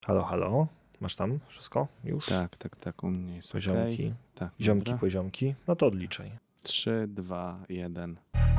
Halo, halo. Masz tam wszystko już? Tak, u mnie jest Poziomki, okej. Tak, ziomki, dobra. poziomki. No to odliczaj. 3, 2, 1.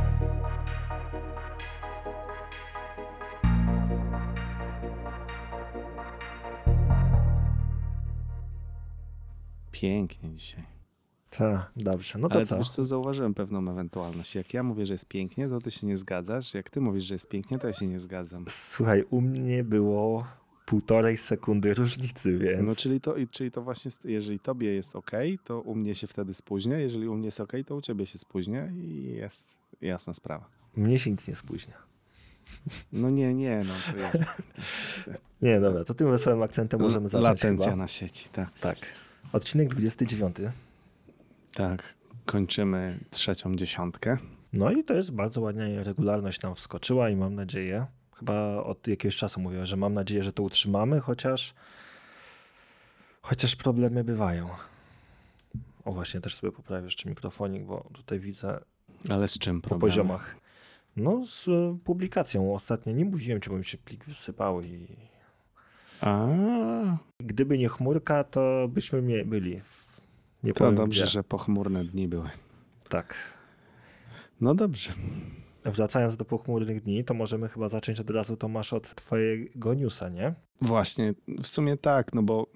Pięknie dzisiaj. Tak, dobrze. No to Ale co? wiesz co, zauważyłem pewną ewentualność. Jak ja mówię, że jest pięknie, to ty się nie zgadzasz. Jak ty mówisz, że jest pięknie, to ja się nie zgadzam. Słuchaj, u mnie było 1,5 sekundy różnicy, No więc czyli to właśnie, jeżeli tobie jest okej, to u mnie się wtedy spóźnia. Jeżeli u mnie jest okej, to u ciebie się spóźnia i jest jasna sprawa. mnie się nic nie spóźnia. No nie, no to jest Nie, dobra, to tym wesołym akcentem możemy zacząć latencja chyba. na sieci, tak. Tak. Odcinek 29. Tak, kończymy 3. dziesiątkę. No i to jest bardzo ładnie, regularność nam wskoczyła i mam nadzieję, chyba od jakiegoś czasu mówię, że mam nadzieję, że to utrzymamy, chociaż problemy bywają. O właśnie, też sobie poprawię jeszcze mikrofonik, bo tutaj widzę Ale z czym po problemy? poziomach. No z publikacją ostatnio. Nie mówiłem ci, bo mi się plik wysypał i A, gdyby nie chmurka, to byśmy byli. Nie to powiem dobrze, gdzie. że pochmurne dni były. Tak. No dobrze. Wracając do pochmurnych dni, to możemy chyba zacząć od razu, Tomasz, od twojego newsa, nie? Właśnie, w sumie tak, no bo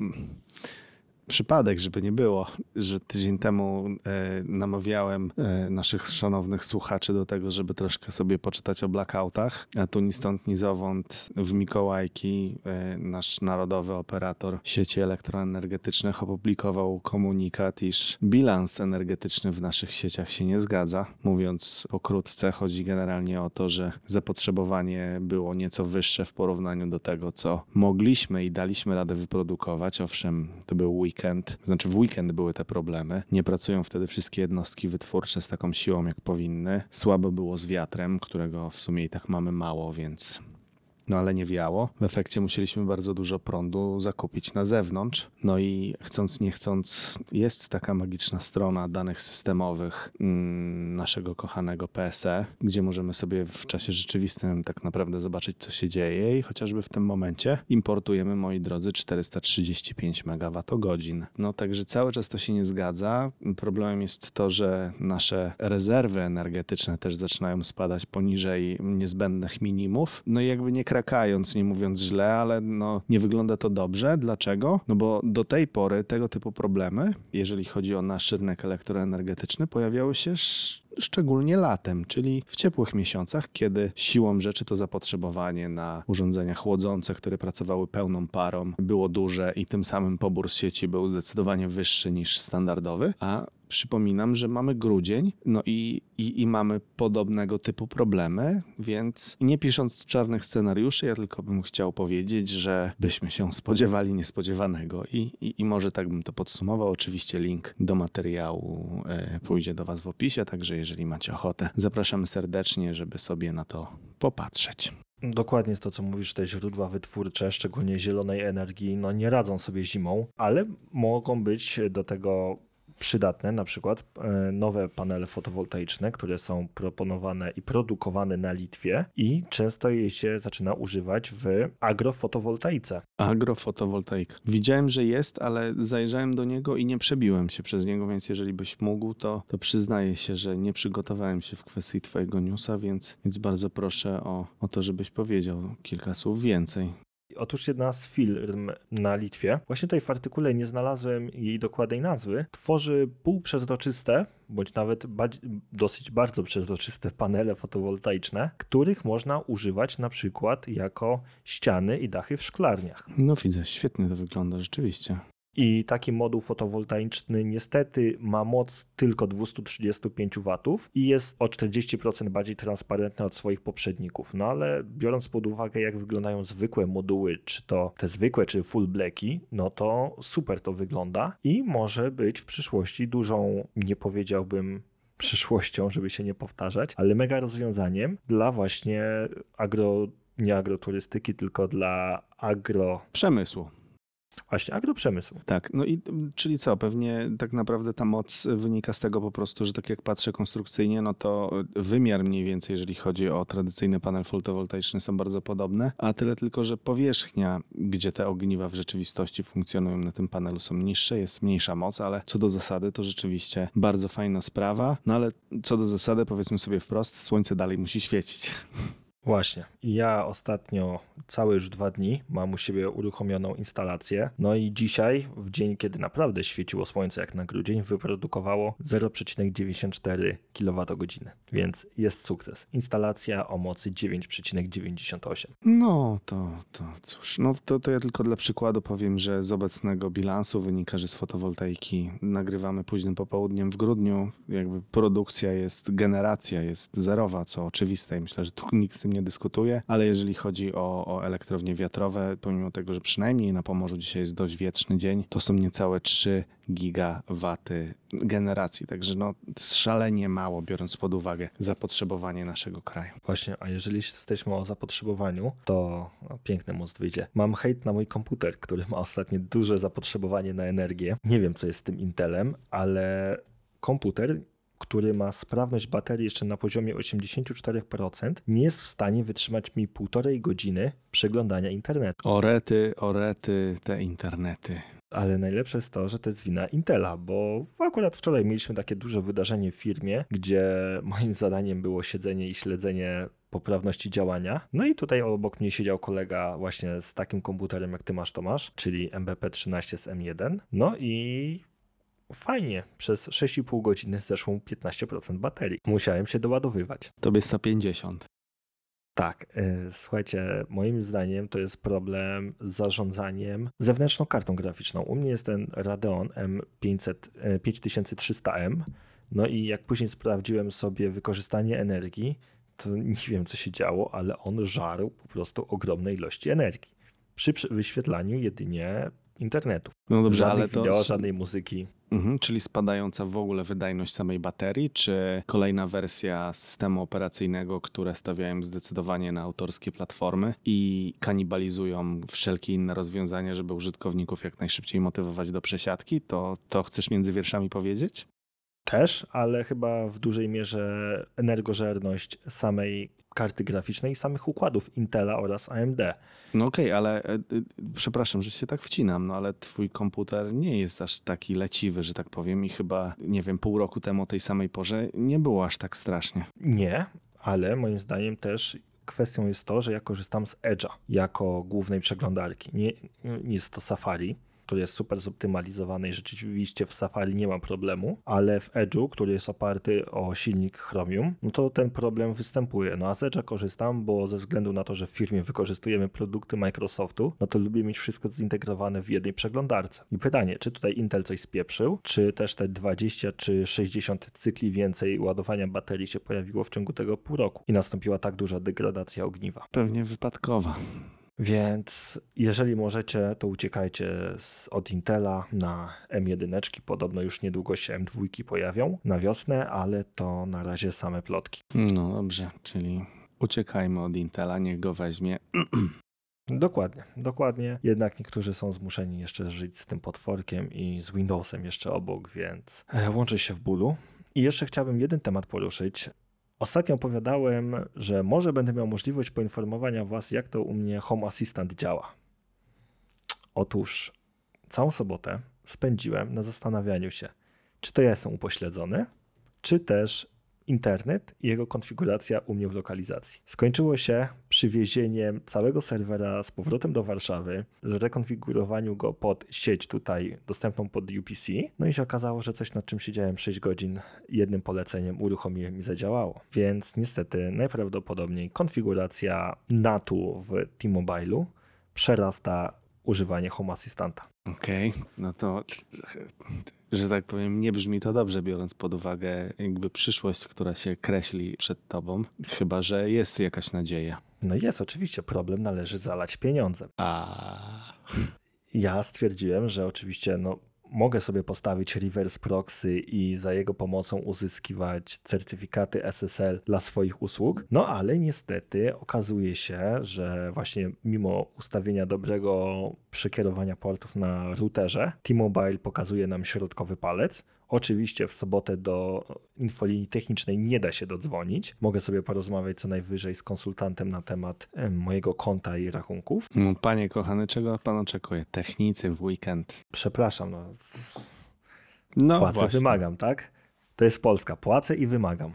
przypadek, żeby nie było, że tydzień temu namawiałem naszych szanownych słuchaczy do tego, żeby troszkę sobie poczytać o blackoutach, a tu ni stąd, ni zowąd w Mikołajki nasz narodowy operator sieci elektroenergetycznych opublikował komunikat, iż bilans energetyczny w naszych sieciach się nie zgadza. Mówiąc pokrótce, chodzi generalnie o to, że zapotrzebowanie było nieco wyższe w porównaniu do tego, co mogliśmy i daliśmy radę wyprodukować. Owszem, to był weekend, znaczy w weekend były te problemy. Nie pracują wtedy wszystkie jednostki wytwórcze z taką siłą, jak powinny. Słabo było z wiatrem, którego w sumie i tak mamy mało, więc no ale nie wiało. W efekcie musieliśmy bardzo dużo prądu zakupić na zewnątrz. No i chcąc nie chcąc jest taka magiczna strona danych systemowych naszego kochanego PSE, gdzie możemy sobie w czasie rzeczywistym tak naprawdę zobaczyć, co się dzieje i chociażby w tym momencie importujemy, moi drodzy, 435 MWh. No także cały czas to się nie zgadza. Problemem jest to, że nasze rezerwy energetyczne też zaczynają spadać poniżej niezbędnych minimów. No i jakby nie krakając, nie mówiąc źle, ale no nie wygląda to dobrze. Dlaczego? No bo do tej pory tego typu problemy, jeżeli chodzi o nasz rynek elektroenergetyczny, pojawiały się szczególnie latem, czyli w ciepłych miesiącach, kiedy siłą rzeczy to zapotrzebowanie na urządzenia chłodzące, które pracowały pełną parą, było duże i tym samym pobór z sieci był zdecydowanie wyższy niż standardowy, a przypominam, że mamy grudzień, no i mamy podobnego typu problemy, więc nie pisząc czarnych scenariuszy, ja tylko bym chciał powiedzieć, że byśmy się spodziewali niespodziewanego i może tak bym to podsumował. Oczywiście link do materiału pójdzie do Was w opisie, także jeżeli macie ochotę, zapraszamy serdecznie, żeby sobie na to popatrzeć. Dokładnie jest to, co mówisz, te źródła wytwórcze, szczególnie zielonej energii, no nie radzą sobie zimą, ale mogą być do tego przydatne, na przykład nowe panele fotowoltaiczne, które są proponowane i produkowane na Litwie i często je się zaczyna używać w agrofotowoltaice. Agrofotowoltaika. Widziałem, że jest, ale zajrzałem do niego i nie przebiłem się przez niego, więc jeżeli byś mógł, to przyznaję się, że nie przygotowałem się w kwestii twojego newsa, więc bardzo proszę o to, żebyś powiedział kilka słów więcej. Otóż jedna z firm na Litwie, właśnie tutaj w artykule nie znalazłem jej dokładnej nazwy, tworzy półprzezroczyste, bądź nawet dosyć bardzo przezroczyste panele fotowoltaiczne, których można używać na przykład jako ściany i dachy w szklarniach. No widzę, świetnie to wygląda, rzeczywiście. I taki moduł fotowoltaiczny niestety ma moc tylko 235 W i jest o 40% bardziej transparentny od swoich poprzedników. No ale biorąc pod uwagę, jak wyglądają zwykłe moduły, czy to te zwykłe, czy full blacki, no to super to wygląda i może być w przyszłości dużą, nie powiedziałbym przyszłością, żeby się nie powtarzać, ale mega rozwiązaniem dla właśnie nie agroturystyki, tylko dla Przemysłu. Właśnie, agroprzemysł. Tak, no i czyli co, pewnie tak naprawdę ta moc wynika z tego po prostu, że tak jak patrzę konstrukcyjnie, no to wymiar mniej więcej, jeżeli chodzi o tradycyjny panel fotowoltaiczny, są bardzo podobne, a tyle tylko, że powierzchnia, gdzie te ogniwa w rzeczywistości funkcjonują na tym panelu są niższe, jest mniejsza moc, ale co do zasady to rzeczywiście bardzo fajna sprawa, no ale co do zasady powiedzmy sobie wprost, słońce dalej musi świecić. Właśnie. I ja ostatnio całe już 2 dni mam u siebie uruchomioną instalację. No i dzisiaj, w dzień, kiedy naprawdę świeciło słońce jak na grudzień, wyprodukowało 0,94 kWh. Więc jest sukces. Instalacja o mocy 9,98. No to cóż, no to ja tylko dla przykładu powiem, że z obecnego bilansu wynika, że z fotowoltaiki nagrywamy późnym popołudniem w grudniu, jakby generacja jest zerowa, co oczywiste i myślę, że tu nikt z tym nie dyskutuje, ale jeżeli chodzi o elektrownie wiatrowe, pomimo tego, że przynajmniej na Pomorzu dzisiaj jest dość wietrzny dzień, to są niecałe 3 gigawaty generacji, także no szalenie mało, biorąc pod uwagę zapotrzebowanie naszego kraju. Właśnie, a jeżeli jesteśmy o zapotrzebowaniu, to piękny most wyjdzie. Mam hejt na mój komputer, który ma ostatnio duże zapotrzebowanie na energię. Nie wiem, co jest z tym Intelem, ale komputer, który ma sprawność baterii jeszcze na poziomie 84%, nie jest w stanie wytrzymać mi 1,5 godziny przeglądania internetu. Orety, te internety. Ale najlepsze jest to, że to jest wina Intela, bo akurat wczoraj mieliśmy takie duże wydarzenie w firmie, gdzie moim zadaniem było siedzenie i śledzenie poprawności działania. No i tutaj obok mnie siedział kolega właśnie z takim komputerem, jak ty masz, Tomasz, czyli MBP13 z M1. No i fajnie, przez 6,5 godziny zeszło mu 15% baterii. Musiałem się doładowywać. Tobie 150. Tak, słuchajcie, moim zdaniem to jest problem z zarządzaniem zewnętrzną kartą graficzną. U mnie jest ten Radeon M500, 5300M, no i jak później sprawdziłem sobie wykorzystanie energii, to nie wiem co się działo, ale on żarł po prostu ogromne ilości energii przy wyświetlaniu jedynie internetu. No dobrze, Żadnych ale to... wideo, żadnej muzyki. Czyli spadająca w ogóle wydajność samej baterii, czy kolejna wersja systemu operacyjnego, które stawiają zdecydowanie na autorskie platformy i kanibalizują wszelkie inne rozwiązania, żeby użytkowników jak najszybciej motywować do przesiadki? To chcesz między wierszami powiedzieć? Też, ale chyba w dużej mierze energożerność samej karty graficznej i samych układów Intela oraz AMD. No okej, ale przepraszam, że się tak wcinam, no ale twój komputer nie jest aż taki leciwy, że tak powiem i chyba, nie wiem, pół roku temu o tej samej porze nie było aż tak strasznie. Nie, ale moim zdaniem też kwestią jest to, że ja korzystam z Edge'a jako głównej przeglądarki. Nie jest to Safari, który jest super zoptymalizowany i rzeczywiście w Safari nie ma problemu, ale w Edge'u, który jest oparty o silnik Chromium, no to ten problem występuje. No a z Edge'a korzystam, bo ze względu na to, że w firmie wykorzystujemy produkty Microsoftu, no to lubię mieć wszystko zintegrowane w jednej przeglądarce. I pytanie, czy tutaj Intel coś spieprzył, czy też te 20 czy 60 cykli więcej ładowania baterii się pojawiło w ciągu tego pół roku i nastąpiła tak duża degradacja ogniwa. Pewnie wypadkowa. Więc jeżeli możecie, to uciekajcie od Intela na M1. Podobno już niedługo się M2 pojawią na wiosnę, ale to na razie same plotki. No dobrze, czyli uciekajmy od Intela, niech go weźmie. Dokładnie. Jednak niektórzy są zmuszeni jeszcze żyć z tym potworkiem i z Windowsem jeszcze obok, więc łączy się w bólu. I jeszcze chciałbym jeden temat poruszyć. Ostatnio opowiadałem, że może będę miał możliwość poinformowania was, jak to u mnie Home Assistant działa. Otóż całą sobotę spędziłem na zastanawianiu się, czy to ja jestem upośledzony, czy też internet i jego konfiguracja u mnie w lokalizacji. Skończyło się przywiezieniem całego serwera z powrotem do Warszawy, zrekonfigurowaniu go pod sieć tutaj dostępną pod UPC, no i się okazało, że coś nad czym siedziałem 6 godzin jednym poleceniem uruchomiłem i zadziałało. Więc niestety najprawdopodobniej konfiguracja NAT-u w T-Mobile'u przerasta używanie Home Assistanta. Okej, no to, że tak powiem, nie brzmi to dobrze, biorąc pod uwagę jakby przyszłość, która się kreśli przed tobą, chyba że jest jakaś nadzieja. No jest oczywiście, problem należy zalać pieniądzem. A Ja stwierdziłem, że oczywiście mogę sobie postawić reverse proxy i za jego pomocą uzyskiwać certyfikaty SSL dla swoich usług. No ale niestety okazuje się, że właśnie mimo ustawienia dobrego przekierowania portów na routerze, T-Mobile pokazuje nam środkowy palec. Oczywiście w sobotę do infolinii technicznej nie da się dodzwonić. Mogę sobie porozmawiać co najwyżej z konsultantem na temat mojego konta i rachunków. No, panie kochany, czego pan oczekuje? Technicy w weekend. Przepraszam, No płacę, właśnie. wymagam, tak? To jest Polska, płacę i wymagam.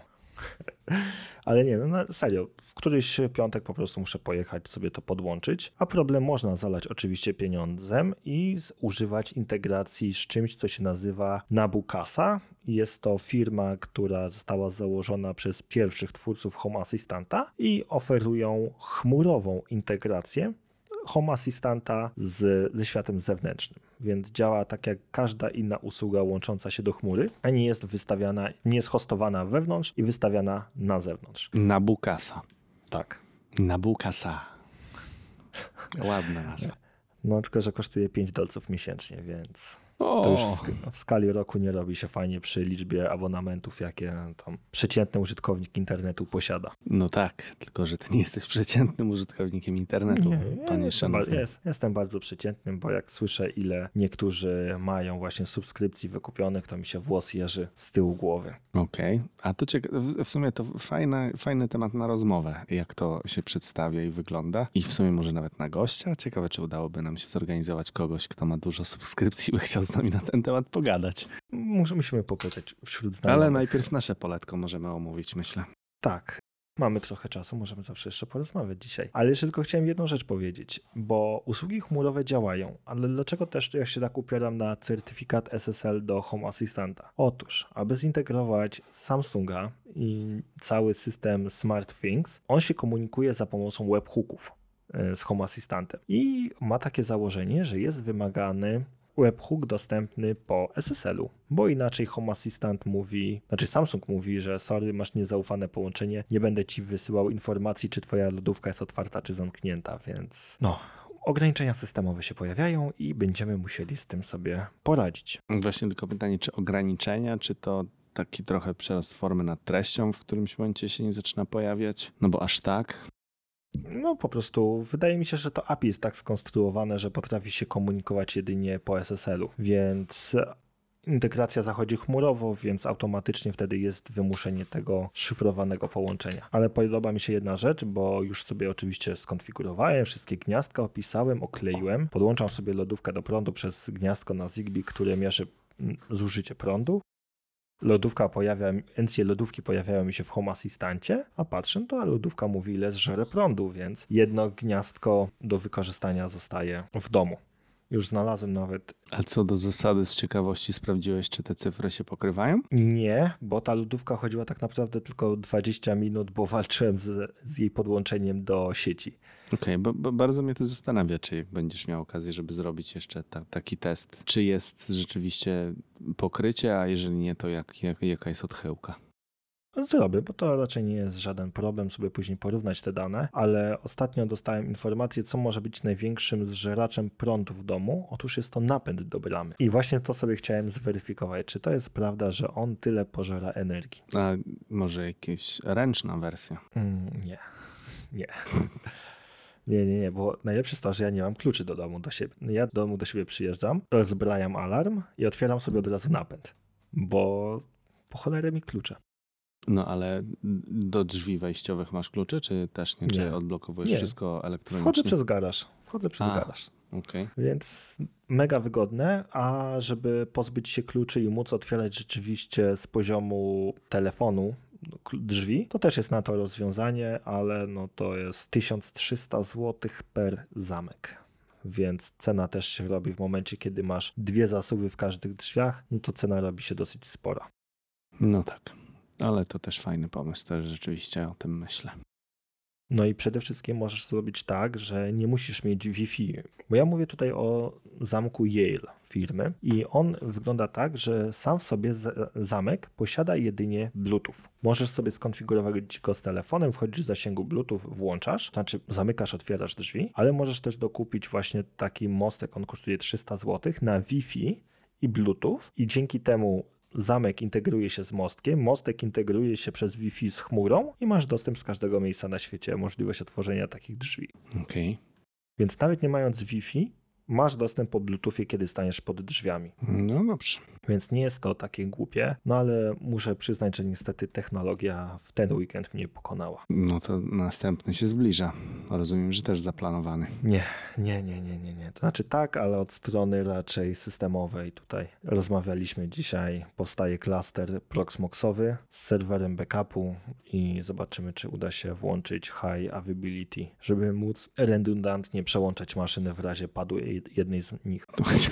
Ale nie, no na serio, w któryś piątek po prostu muszę pojechać sobie to podłączyć, a problem można zalać oczywiście pieniądzem i używać integracji z czymś, co się nazywa Nabukasa. Jest to firma, która została założona przez pierwszych twórców Home Assistanta i oferują chmurową integrację Home Assistanta ze światem zewnętrznym, więc działa tak jak każda inna usługa łącząca się do chmury, a nie jest wystawiana, nie jest hostowana wewnątrz i wystawiana na zewnątrz. Nabukasa. Tak. Nabukasa. Ładna nazwa. No tylko, że kosztuje $5 miesięcznie, więc O, to już w skali roku nie robi się fajnie przy liczbie abonamentów, jakie tam przeciętny użytkownik internetu posiada. no tak, tylko że ty nie jesteś przeciętnym użytkownikiem internetu, panie szanowny. Jestem bardzo przeciętnym, bo jak słyszę, ile niektórzy mają właśnie subskrypcji wykupionych, to mi się włos jeży z tyłu głowy. Okej, a to w sumie to fajny temat na rozmowę, jak to się przedstawia i wygląda. I w sumie może nawet na gościa. Ciekawe, czy udałoby nam się zorganizować kogoś, kto ma dużo subskrypcji i by chciał z nami na ten temat pogadać. Musimy popytać wśród znajomych. Ale najpierw nasze poletko możemy omówić, myślę. Tak, mamy trochę czasu, możemy zawsze jeszcze porozmawiać dzisiaj. Ale jeszcze tylko chciałem jedną rzecz powiedzieć, bo usługi chmurowe działają, ale dlaczego też ja się tak upieram na certyfikat SSL do Home Assistanta? Otóż, aby zintegrować Samsunga i cały system SmartThings, on się komunikuje za pomocą webhooków z Home Assistantem i ma takie założenie, że jest wymagany webhook dostępny po SSL-u, bo inaczej Home Assistant Samsung mówi, że sorry, masz niezaufane połączenie, nie będę ci wysyłał informacji, czy twoja lodówka jest otwarta, czy zamknięta, więc ograniczenia systemowe się pojawiają i będziemy musieli z tym sobie poradzić. Właśnie tylko pytanie, czy ograniczenia, czy to taki trochę przerost formy nad treścią w którymś momencie się nie zaczyna pojawiać? No bo aż tak. No po prostu wydaje mi się, że to API jest tak skonstruowane, że potrafi się komunikować jedynie po SSL-u, więc integracja zachodzi chmurowo, więc automatycznie wtedy jest wymuszenie tego szyfrowanego połączenia. Ale podoba mi się jedna rzecz, bo już sobie oczywiście skonfigurowałem, wszystkie gniazdka opisałem, okleiłem, podłączam sobie lodówkę do prądu przez gniazdko na Zigbee, które mierzy zużycie prądu. Encje lodówki pojawiają mi się w Home Assistancie, a patrzę, to lodówka mówi, ile zżere prądu, więc jedno gniazdko do wykorzystania zostaje w domu. Już znalazłem nawet... A co do zasady, z ciekawości sprawdziłeś, czy te cyfry się pokrywają? Nie, bo ta lodówka chodziła tak naprawdę tylko 20 minut, bo walczyłem z jej podłączeniem do sieci. Okej, bo bardzo mnie to zastanawia, czy jak będziesz miał okazję, żeby zrobić jeszcze taki test, czy jest rzeczywiście pokrycie, a jeżeli nie, to jaka jest odchyłka? Zrobię, bo to raczej nie jest żaden problem sobie później porównać te dane, ale ostatnio dostałem informację, co może być największym zżeraczem prądu w domu. Otóż jest to napęd do bramy. I właśnie to sobie chciałem zweryfikować, czy to jest prawda, że on tyle pożera energii. A może jakaś ręczna wersja? Nie. Nie, bo najlepsze jest to, że ja nie mam kluczy do domu do siebie. Ja do domu do siebie przyjeżdżam, rozbrajam alarm i otwieram sobie od razu napęd, bo po cholerę mi klucze. No ale do drzwi wejściowych masz klucze, czy też nie? Czy odblokowujesz wszystko elektronicznie? Wchodzę przez garaż. Okay. Więc mega wygodne, a żeby pozbyć się kluczy i móc otwierać rzeczywiście z poziomu telefonu drzwi, to też jest na to rozwiązanie, ale to jest 1300 zł per zamek. Więc cena też się robi w momencie, kiedy masz 2 zasuwy w każdych drzwiach, to cena robi się dosyć spora. No tak, ale to też fajny pomysł, też rzeczywiście o tym myślę. No i przede wszystkim możesz zrobić tak, że nie musisz mieć Wi-Fi. Bo ja mówię tutaj o zamku Yale firmy i on wygląda tak, że sam w sobie zamek posiada jedynie Bluetooth. Możesz sobie skonfigurować go z telefonem, wchodzisz w zasięgu Bluetooth, włączasz, znaczy zamykasz, otwierasz drzwi, ale możesz też dokupić właśnie taki mostek, on kosztuje 300 zł na Wi-Fi i Bluetooth i dzięki temu zamek integruje się z mostkiem, mostek integruje się przez Wi-Fi z chmurą i masz dostęp z każdego miejsca na świecie, możliwość otworzenia takich drzwi. Okej. Więc nawet nie mając Wi-Fi, masz dostęp po Bluetoothie, kiedy staniesz pod drzwiami. No dobrze. Więc nie jest to takie głupie, no ale muszę przyznać, że niestety technologia w ten weekend mnie pokonała. No to następny się zbliża. Rozumiem, że też zaplanowany. Nie. To znaczy tak, ale od strony raczej systemowej. Tutaj rozmawialiśmy dzisiaj, powstaje klaster Proxmoxowy z serwerem backupu i zobaczymy, czy uda się włączyć high availability, żeby móc redundantnie przełączać maszyny w razie padłej jednej z nich.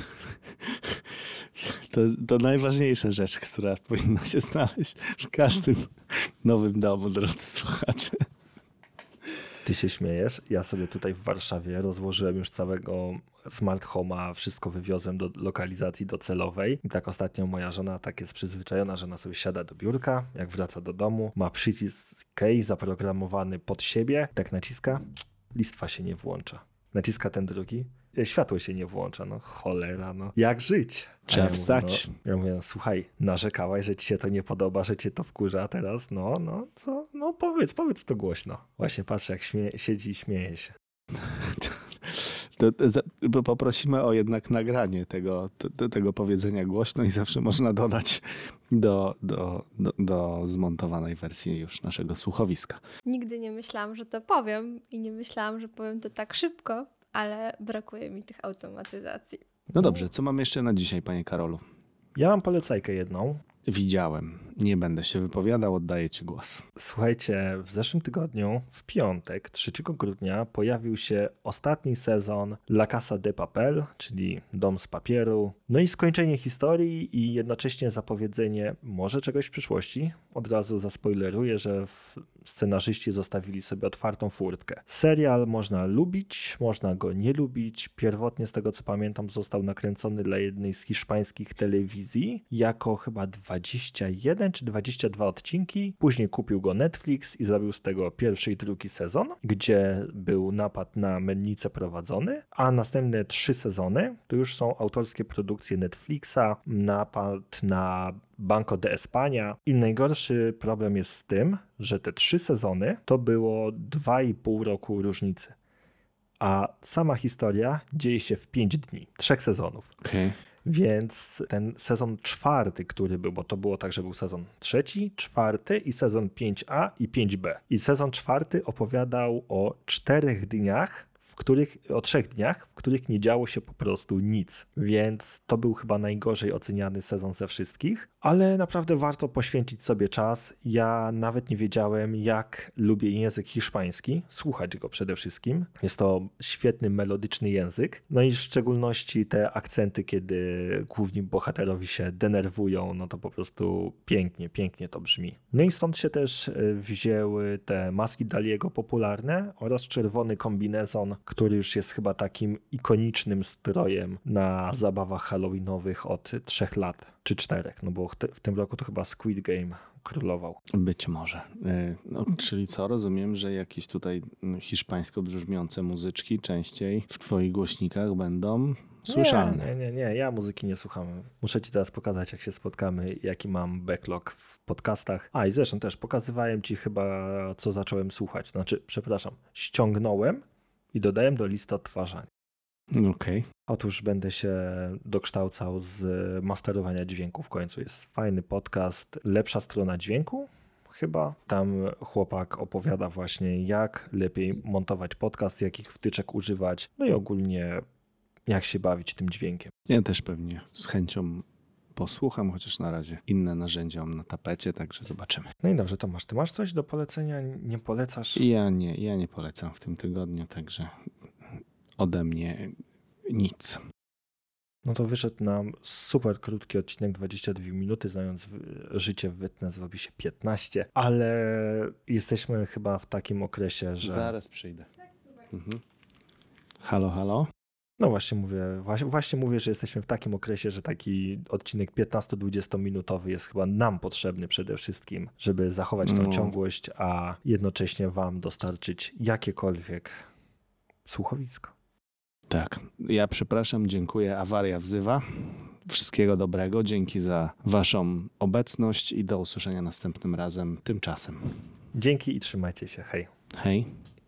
To najważniejsza rzecz, która powinna się znaleźć w każdym nowym domu, drodzy słuchacze. Ty się śmiejesz? Ja sobie tutaj w Warszawie rozłożyłem już całego smart home'a, wszystko wywiozłem do lokalizacji docelowej. I tak ostatnio moja żona tak jest przyzwyczajona, że ona sobie siada do biurka, jak wraca do domu, ma przycisk key zaprogramowany pod siebie, tak naciska, listwa się nie włącza. Naciska ten drugi, światło się nie włącza, no cholera, no jak żyć? Trzeba A ja wstać. Mówię, ja mówię, słuchaj, narzekałaś, że ci się to nie podoba, że cię to wkurza, a teraz no powiedz to głośno. Właśnie patrzę, jak siedzi i śmieje się. Bo poprosimy o jednak nagranie tego powiedzenia głośno i zawsze można dodać do zmontowanej wersji już naszego słuchowiska. Nigdy nie myślałam, że to powiem i nie myślałam, że powiem to tak szybko, ale brakuje mi tych automatyzacji. No dobrze, co mamy jeszcze na dzisiaj, panie Karolu? Ja mam polecajkę jedną. Widziałem. Nie będę się wypowiadał, oddaję ci głos. Słuchajcie, w zeszłym tygodniu, w piątek, 3 grudnia, pojawił się ostatni sezon La Casa de Papel, czyli Dom z papieru. No i skończenie historii i jednocześnie zapowiedzenie może czegoś w przyszłości. Od razu zaspoileruję, że scenarzyści zostawili sobie otwartą furtkę. Serial można lubić, można go nie lubić. Pierwotnie, z tego co pamiętam, został nakręcony dla jednej z hiszpańskich telewizji jako chyba 21 czy 22 odcinki. Później kupił go Netflix i zrobił z tego pierwszy i drugi sezon, gdzie był napad na mennicę prowadzony, a następne 3 sezony to już są autorskie produkcje Netflixa, napad na Banco de España. I najgorszy problem jest z tym, że te 3 sezony to było 2,5 roku różnicy. A sama historia dzieje się w 5 dni, 3 sezonów. Okej. Więc ten sezon 4, który był, bo to było tak, że był sezon 3, 4 i sezon 5A i 5B. I sezon 4 opowiadał o 3 dniach, w których nie działo się po prostu nic. Więc to był chyba najgorzej oceniany sezon ze wszystkich, ale naprawdę warto poświęcić sobie czas. Ja nawet nie wiedziałem, jak lubię język hiszpański, słuchać go przede wszystkim. Jest to świetny, melodyczny język. No i w szczególności te akcenty, kiedy główni bohaterowi się denerwują, no to po prostu pięknie to brzmi. No i stąd się też wzięły te maski Daliego popularne oraz czerwony kombinezon, który już jest chyba takim ikonicznym strojem na zabawach halloweenowych od 3 lat czy 4, no bo w tym roku to chyba Squid Game królował. Być może. No, czyli co? Rozumiem, że jakieś tutaj hiszpańsko brzmiące muzyczki częściej w twoich głośnikach będą słyszalne. Nie, ja muzyki nie słucham. Muszę ci teraz pokazać, jak się spotkamy, jaki mam backlog w podcastach. A i zresztą też pokazywałem ci chyba, co zacząłem słuchać. Znaczy, przepraszam, ściągnąłem i dodałem do listy odtwarzania. Okej. Otóż będę się dokształcał z masterowania dźwięku. W końcu jest fajny podcast, lepsza strona dźwięku. Chyba tam chłopak opowiada właśnie, jak lepiej montować podcast, jakich wtyczek używać, no i ogólnie jak się bawić tym dźwiękiem. Ja też pewnie z chęcią posłucham, chociaż na razie inne narzędzia mam na tapecie, także zobaczymy. No i dobrze, Tomasz, ty masz coś do polecenia? Nie polecasz? Ja nie polecam w tym tygodniu, także ode mnie nic. No to wyszedł nam super krótki odcinek, 22 minuty, znając życie wytnę zrobi się 15, ale jesteśmy chyba w takim okresie, że... Zaraz przyjdę. Mhm. Halo? No właśnie mówię, że jesteśmy w takim okresie, że taki odcinek 15-20 minutowy jest chyba nam potrzebny przede wszystkim, żeby zachować tą ciągłość, a jednocześnie wam dostarczyć jakiekolwiek słuchowisko. Tak. Ja przepraszam, dziękuję. Awaria wzywa. Wszystkiego dobrego. Dzięki za waszą obecność i do usłyszenia następnym razem. Tymczasem. Dzięki i trzymajcie się. Hej. Hej.